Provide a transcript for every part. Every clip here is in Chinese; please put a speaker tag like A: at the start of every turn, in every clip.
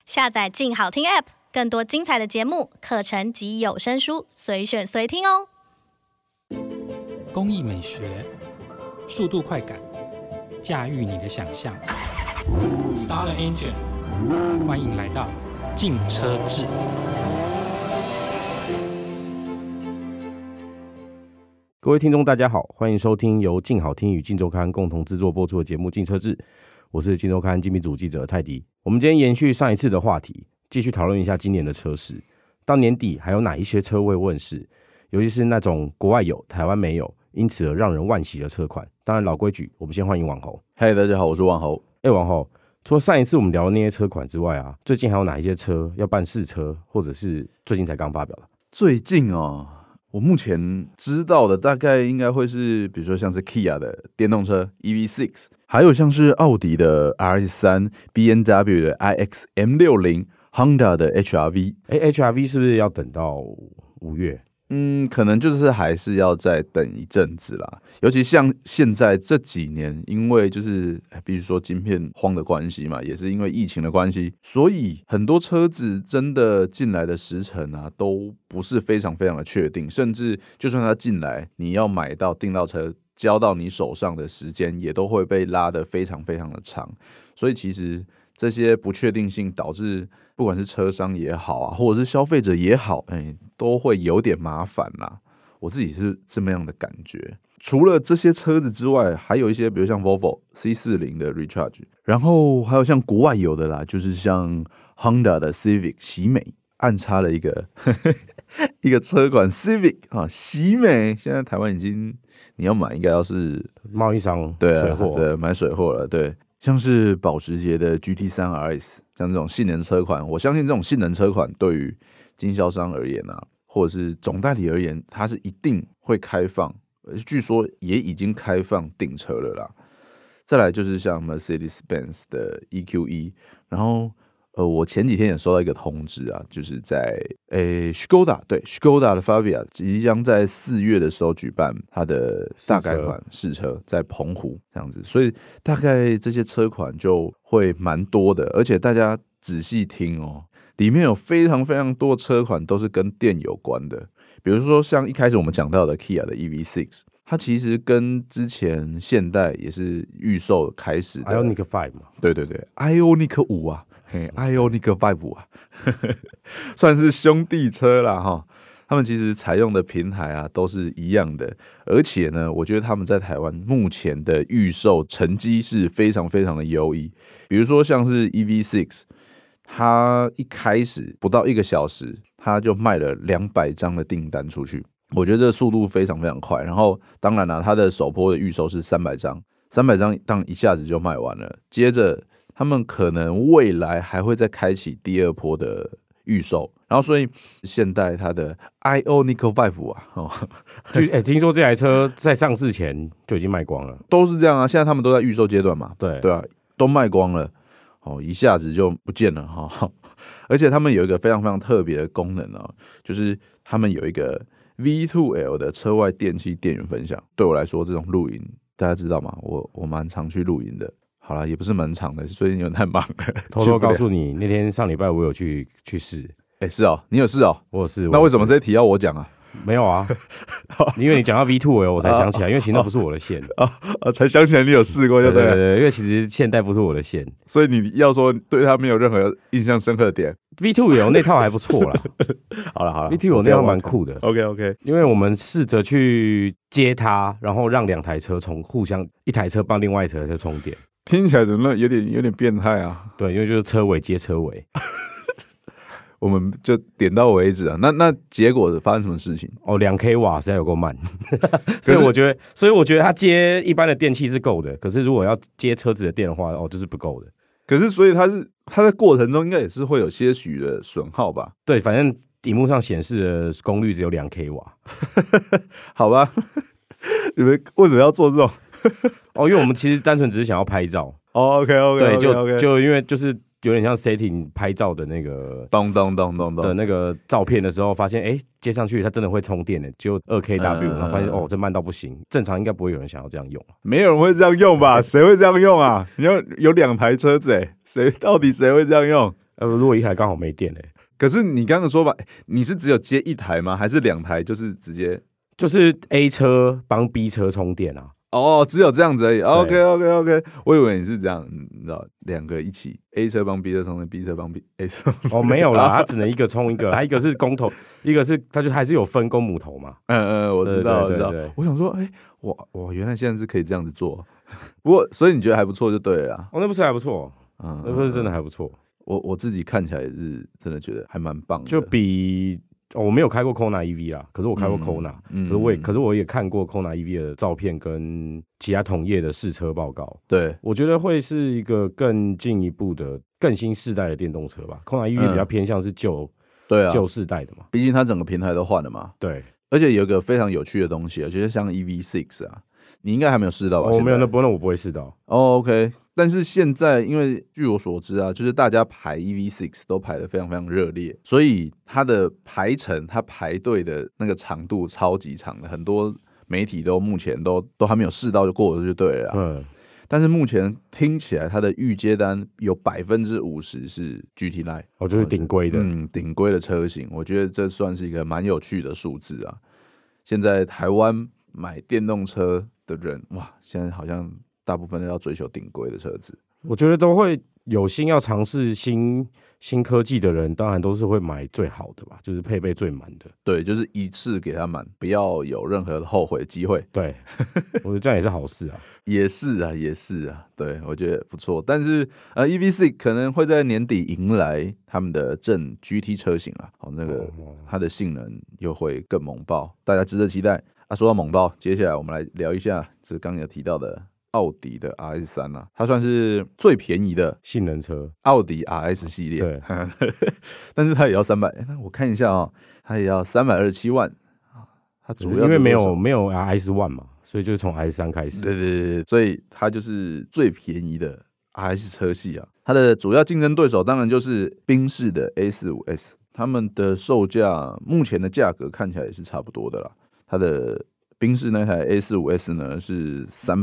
A: 下载静好听 App， 更多精彩的节目、课程及有声书，随选随听哦。
B: 工艺美学，速度快感，驾驭你的想象。Start the engine， 欢迎来到静车志。
C: 各位听众大家好，欢迎收听由静好听与静周刊共同制作播出的节目《静车志》，我是静周刊精密组记者泰迪。我们今天延续上一次的话题，继续讨论一下今年的车市。到年底还有哪一些车会问世，尤其是那种国外有台湾没有，因此而让人惋惜的车款。当然老规矩，我们先欢迎网侯。
D: 嗨，大家好，我是网侯。
C: 网侯，除了上一次我们聊的那些车款之外啊，最近还有哪一些车要办试车，或者是最近才刚发表的？
D: 最近我目前知道的大概应该会是，比如说像是 Kia 的电动车 EV6， 还有像是奥迪的 RS3、BMW 的 iX-M60、Honda 的 HR-V。HRV
C: 是不是要等到5月？
D: 可能就是还是要再等一阵子啦。尤其像现在这几年，因为就是比如说晶片荒的关系嘛，也是因为疫情的关系，所以很多车子真的进来的时程啊，都不是非常非常的确定，甚至就算它进来，你要买到订到车交到你手上的时间，也都会被拉得非常非常的长。所以其实这些不确定性导致不管是车商也好啊，或者是消费者也好，都会有点麻烦啦。我自己是这么样的感觉。除了这些车子之外，还有一些比如像 Volvo C40 的 Recharge， 然后还有像国外有的啦，就是像 Honda 的 Civic 喜美暗插了一个一个车款 Civic 喜美，现在台湾已经你要买应该要是
C: 贸易商
D: 水货，对，买水货了，对。像是保时捷的 GT3 RS， 像这种性能车款，我相信这种性能车款对于经销商而言啊，或者是总代理而言，它是一定会开放，据说也已经开放订车了啦。再来就是像 Mercedes-Benz 的 EQE， 然后我前几天也收到一个通知啊，就是在Skoda 对 Skoda 的 Fabia 即将在4月的时候举办它的大改款试车，在澎湖这样子，所以大概这些车款就会蛮多的，而且大家仔细听里面有非常非常多车款都是跟电有关的，比如说像一开始我们讲到的 Kia 的 EV6， 它其实跟之前现代也是预售开始的
C: Ioniq 5嘛，
D: 对 Ioniq 5啊。Ioniq 5啊，算是兄弟车啦哈。他们其实采用的平台啊都是一样的，而且呢，我觉得他们在台湾目前的预售成绩是非常非常的优异。比如说像是 EV6， 它一开始不到1个小时，它就卖了200张的订单出去，我觉得这个速度非常非常快。然后当然啦，它的首波的预售是300张，300张当一下子就卖完了，接着他们可能未来还会再开启第2波的预售，然后所以现代它的 Ioniq 5啊，
C: 听说这台车在上市前就已经卖光了，
D: 都是这样啊，现在他们都在预售阶段嘛，
C: 对
D: 啊，都卖光了，一下子就不见了哈。而且他们有一个非常非常特别的功能就是他们有一个 V2L 的车外电器电源分享。对我来说，这种露营大家知道吗？我蛮常去露营的。好啦，也不是蛮长的，最近有点太忙了。
C: 偷偷告诉你，那天上礼拜我有去试。
D: 是你有试
C: 我有试。
D: 那为什么这些题要我讲啊？
C: 没有啊，因为你讲到 V2L 我才想起来，因为其实那不是我的线
D: 才想起来你有试过就对了。
C: 对，因为其实现代不是我的线，
D: 所以你要说对它没有任何印象深刻的点。
C: V2L 那套还不错啦。
D: 好了
C: ，V2L 那套蛮酷的。
D: OK，
C: 因为我们试着去接它，然后让2台车互相一台车帮另外一台车充电。
D: 听起来怎么有点变态啊？
C: 对，因为就是车尾接车尾，
D: 我们就点到为止啊。那结果发生什么事情
C: ？2k 瓦实在有够慢，所以我觉得它接一般的电器是够的，可是如果要接车子的电的话，就是不够的。
D: 可是所以它在过程中应该也是会有些许的损耗吧？
C: 对，反正萤幕上显示的功率只有2k 瓦，
D: 好吧？你们为什么要做这种？
C: 因为我们其实单纯只是想要拍照。
D: OK，
C: 对，就因为就是有点像 setting 拍照的那个
D: 咚
C: 的那个照片的时候，发现接上去它真的会充电的，就 2kW，然后发现这慢到不行，正常应该不会有人想要这样用，
D: 没有人会这样用吧？谁会这样用啊？你要有2台车子谁会这样用？
C: 如果一台刚好没电
D: 可是你刚刚说吧，你是只有接一台吗？还是2台就是直接？
C: 就是 A 车帮 B 车充电啊。
D: 哦，只有这样子而已。OK， 我以为你是这样，你知道2个一起 ，A 车帮 B 车充电 ，B 车帮 A 车。
C: 哦，没有啦，它只能一个充一个，它一个是公头，一个是它就还是有分公母头嘛。
D: 我知道，我知道。我想说，哇，原来现在是可以这样子做。不过，所以你觉得还不错就对了啦。
C: 那不是还不错，那不是真的还不错。
D: 我自己看起来也是真的觉得还蛮棒的，
C: 就比。我没有开过 Kona EV 啦，可是我开过 Kona，可是我也看过 Kona EV 的照片跟其他同业的试车报告。
D: 对，
C: 我觉得会是一个更进一步的、更新世代的电动车吧。Kona EV 比较偏向是旧世代的嘛，
D: 毕竟它整个平台都换了嘛。
C: 对，
D: 而且有一个非常有趣的东西，我觉得像 EV6 啊。你应该还没有试到吧？
C: 我没有，那我不会试到。
D: OK， 但是现在因为据我所知啊，就是大家排 EV6 都排得非常非常热烈，所以它的排程，它排队的那个长度超级长的，很多媒体都目前都还没有试到就过了就对了啦。但是目前听起来它的预接单有50%是 GT Line，
C: 就是顶规的，
D: 顶规的车型，我觉得这算是一个蛮有趣的数字啊。现在台湾买电动车的人，哇，现在好像大部分都要追求顶规的车子。
C: 我觉得都会有心要尝试新科技的人，当然都是会买最好的吧，就是配备最满的。
D: 对，就是一次给他满，不要有任何的后悔机会。
C: 对，我觉得这样也是好事啊。
D: 也是啊，对，我觉得不错。但是EV6 可能会在年底迎来他们的正 GT 车型啊，那个它的性能又会更猛爆，大家值得期待。说到猛爆，接下来我们来聊一下，就是刚刚有提到的奥迪的 RS3 啊，它算是最便宜的
C: 性能车，
D: 奥迪 RS 系列。对，但是它也要300，那我看一下啊，它也要327万。它主要
C: 因为没有 RS1 嘛，所以就是从 RS3 开始。
D: 对，所以它就是最便宜的 RS 车系啊。它的主要竞争对手当然就是宾士的 A45S， 他们的售价目前的价格看起来也是差不多的啦。它的宾士那台 A45S 呢是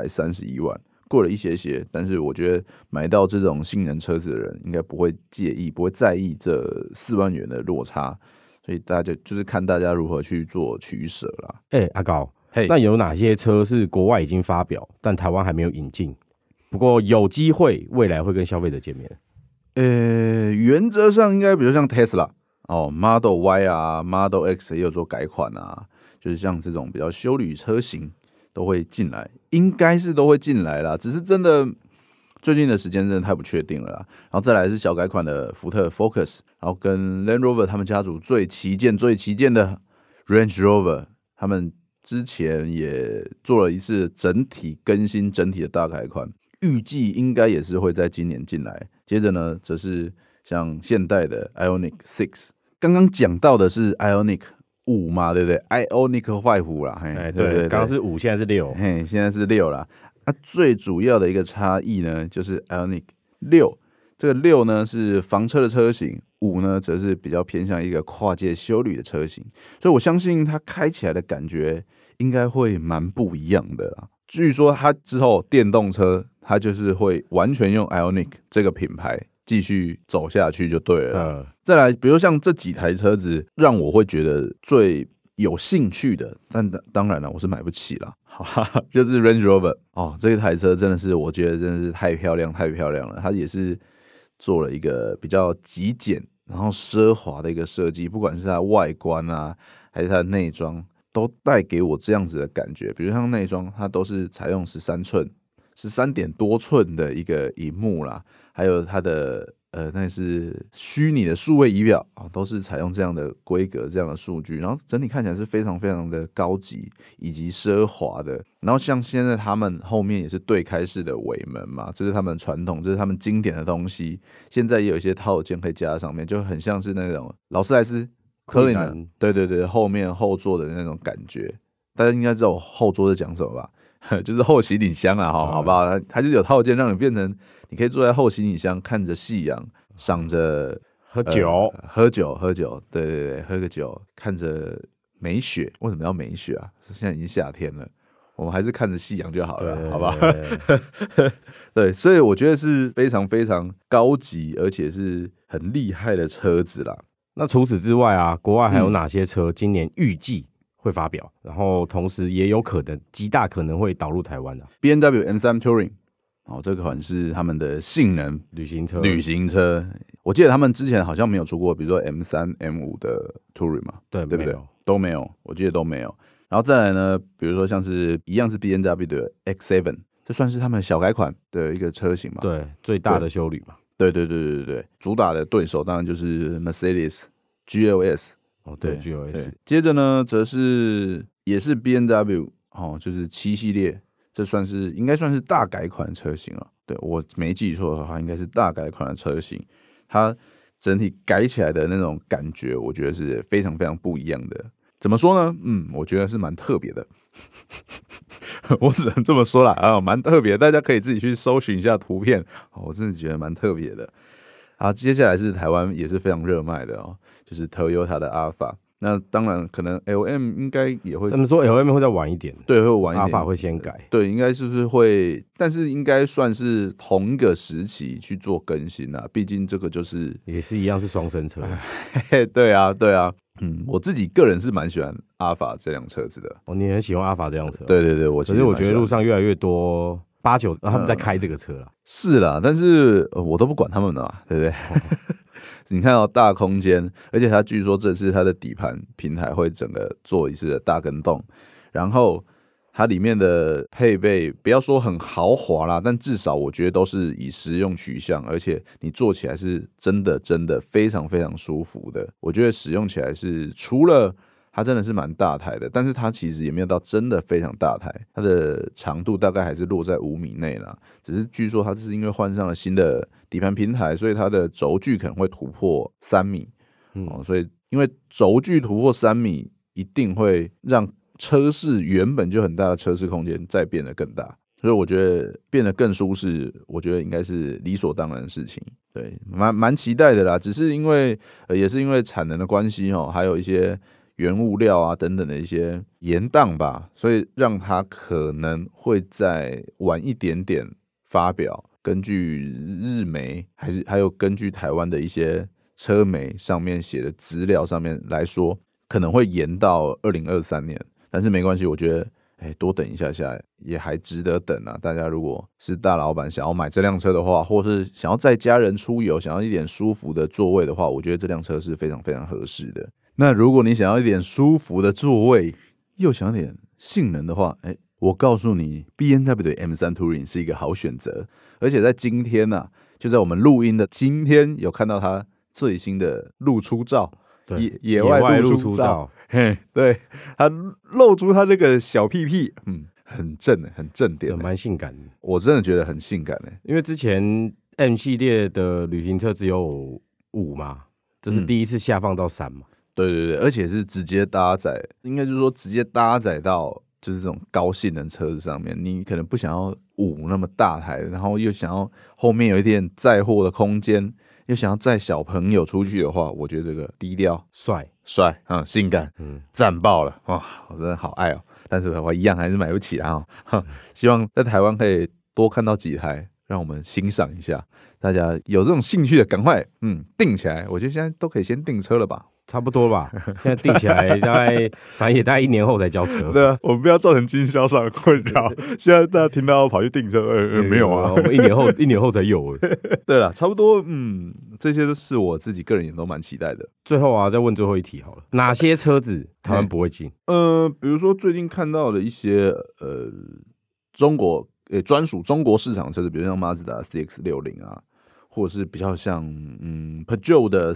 D: 331万，贵了一些，但是我觉得买到这种性能车子的人应该不会介意，不会在意这4万元的落差，所以大家就是看大家如何去做取舍啦。
C: 阿高，那有哪些车是国外已经发表，但台湾还没有引进？不过有机会未来会跟消费者见面。
D: 原则上应该比如像 Tesla Model Y 啊 ，Model X 也有做改款啊。就是像这种比较休旅车型都会进来，应该是都会进来啦，只是真的最近的时间真的太不确定了啦。然后再来是小改款的福特 Focus， 然后跟 Land Rover 他们家族最旗舰的 Range Rover， 他们之前也做了一次整体更新，整体的大改款，预计应该也是会在今年进来。接着呢，则是像现代的 Ioniq 6， 刚刚讲到的是 Ioniq 5嘛，对不对 ？Ioniq 5啦，
C: 对，刚刚是5，现在是6，
D: 现在是6啦。最主要的一个差异呢，就是 Ioniq 6，这个6呢是房车的车型，5呢则是比较偏向一个跨界休旅的车型，所以我相信它开起来的感觉应该会蛮不一样的啦。据说它之后电动车，它就是会完全用 Ioniq 这个品牌继续走下去就对了。再来，比如像这几台车子，让我会觉得最有兴趣的，但当然了，我是买不起啦。就是 Range Rover 这一台车真的是，我觉得真的是太漂亮了。它也是做了一个比较极简，然后奢华的一个设计，不管是它的外观啊，还是它的内装，都带给我这样子的感觉。比如像内装，它都是采用13点多寸的一个萤幕啦，还有它的那是虚拟的数位仪表都是采用这样的规格、这样的数据，然后整体看起来是非常非常的高级以及奢华的。然后像现在他们后面也是对开式的尾门嘛，这是他们传统，这是他们经典的东西。现在也有一些套件可以加在上面，就很像是那种劳斯莱斯科林的，对，后面后座的那种感觉。大家应该知道我后座在讲什么吧？就是后行李箱啊，好不好？它就有套件让你变成，你可以坐在后行李箱，看着夕阳，赏着
C: 喝酒，
D: 对，喝个酒，看着美雪。为什么要美雪啊？现在已经夏天了， 我们还是看着夕阳就好了，
C: 对
D: 好吧？对，所以我觉得是非常非常高级，而且是很厉害的车子啦。
C: 那除此之外啊，国外还有哪些车今年预计会发表？然后同时也有可能极大可能会导入台湾的
D: BMW M3 Touring。这个款是他们的性能
C: 旅行车。
D: 我记得他们之前好像没有出过，比如说 M3、M5 的 Touring 嘛，
C: 对
D: 不对？
C: 没有
D: 都没有，我记得都没有。然后再来呢，比如说像是一样是 BMW 的 X7， 这算是他们小改款的一个车型嘛？
C: 对，最大的休旅嘛。
D: 对，主打的对手当然就是 Mercedes GLS。
C: 对 GLS。
D: 接着呢，则是也是 BMW 就是7系列。这应该算是大改款的车型了，对，我没记错的话，应该是大改款的车型。它整体改起来的那种感觉，我觉得是非常非常不一样的。怎么说呢？我觉得是蛮特别的。我只能这么说啦啊，蛮特别的，大家可以自己去搜寻一下图片。我真的觉得蛮特别的。接下来是台湾也是非常热卖的就是 Toyota 的 Alpha。那当然，可能 LM 应该也会。
C: 他们说 LM 会再晚一点，
D: 对，会晚一点。
C: Alpha 会先改，
D: 对，应该就是会，但是应该算是同一个时期去做更新啦。毕竟这个就是
C: 也是一样是双生车。
D: 对啊，我自己个人是蛮喜欢 Alpha 这辆车子的。
C: 你很喜欢 Alpha 这辆车？
D: 对，可
C: 是我觉得路上越来越多8、9他们在开这个车啦。
D: 是啦，但是我都不管他们的嘛，对不对？你看到大空间，而且它据说这次它的底盘平台会整个做一次的大更动，然后它里面的配备不要说很豪华啦，但至少我觉得都是以实用取向，而且你坐起来是真的非常非常舒服的。我觉得使用起来是除了它真的是蛮大台的，但是它其实也没有到真的非常大台，它的长度大概还是落在5米内啦。只是据说它是因为换上了新的底盘平台，所以它的轴距可能会突破3米。所以因为轴距突破3米，一定会让车室原本就很大的车室空间再变得更大。所以我觉得变得更舒适，我觉得应该是理所当然的事情。对，蛮期待的啦。只是因为也是因为产能的关系还有一些原物料啊等等的一些延宕吧，所以让它可能会再晚一点点发表。根据日媒还有根据台湾的一些车媒上面写的资料上面来说，可能会延到2023年。但是没关系，我觉得多等一下也还值得等啊。大家如果是大老板想要买这辆车的话，或是想要载家人出游，想要一点舒服的座位的话，我觉得这辆车是非常非常合适的。那如果你想要一点舒服的座位，又想要一点性能的话，我告诉你 ，BMW 的 M3 Touring 是一个好选择。而且在今天就在我们录音的今天，有看到它最新的露出照，野外露出照。对，它露出它这个小屁屁，很正点，
C: 蛮性感的。
D: 我真的觉得很性感
C: 因为之前 M 系列的旅行车只有5嘛，这是第一次下放到3嘛。
D: 对，而且是直接搭载，应该就是说直接搭载到就是这种高性能车子上面。你可能不想要5那么大台，然后又想要后面有一点载货的空间，又想要载小朋友出去的话，我觉得这个低调帅性感赞爆了我真的好爱但是我一样还是买不起希望在台湾可以多看到几台，让我们欣赏一下。大家有这种兴趣的赶快订起来，我觉得现在都可以先订车了吧。
C: 差不多吧，现在订起来大概，反正也大概1年后才交车。
D: 对啊，我们不要造成经销商的困扰。现在大家听到跑去订车，没有啊，
C: 我们1年后才有。
D: 对啦，差不多，这些都是我自己个人也都蛮期待的。
C: 最后再问最后一题好了，哪些车子台湾不会进？
D: 比如说最近看到的一些中国专属中国市场的车子，比如像马自达 CX-60啊。或者是比较像Peugeot 的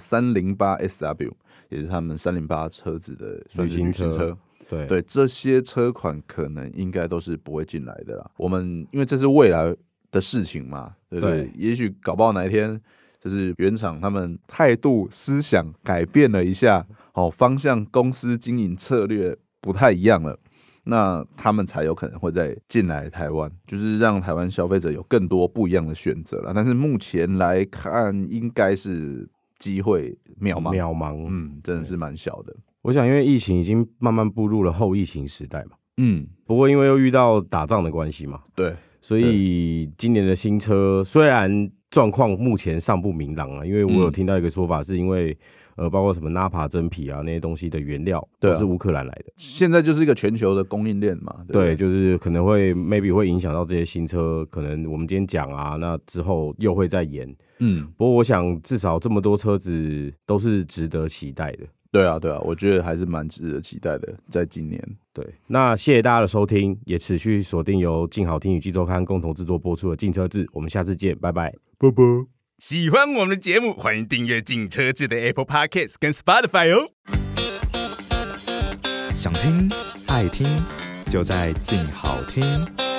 D: 308SW， 也是他们308车子的算是旅行车。对，这些车款可能应该都是不会进来的啦。我们因为这是未来的事情嘛，对不对？也许搞不好哪一天，就是原厂他们态度思想改变了一下，方向公司经营策略不太一样了。那他们才有可能会再进来台湾，就是让台湾消费者有更多不一样的选择了。但是目前来看，应该是机会渺茫，真的是蛮小的。
C: 我想，因为疫情已经慢慢步入了后疫情时代嘛， 不过因为又遇到打仗的关系嘛，
D: 对，
C: 所以今年的新车虽然状况目前尚不明朗啊，因为我有听到一个说法，是因为包括什么纳帕真皮啊那些东西的原料都是乌克兰来的，
D: 现在就是一个全球的供应链嘛，对，
C: 就是可能会 maybe 会影响到这些新车，可能我们今天讲啊，那之后又会再延，不过我想至少这么多车子都是值得期待的。
D: 对啊，我觉得还是蛮值得期待的，在今年。
C: 对，那谢谢大家的收听，也持续锁定由静好听与静周刊共同制作播出的《静车志》，我们下次见，拜拜，拜拜。
E: 喜欢我们的节目，欢迎订阅《静车志》的 Apple Podcast 跟 Spotify 哦。
F: 想听爱听，就在静好听。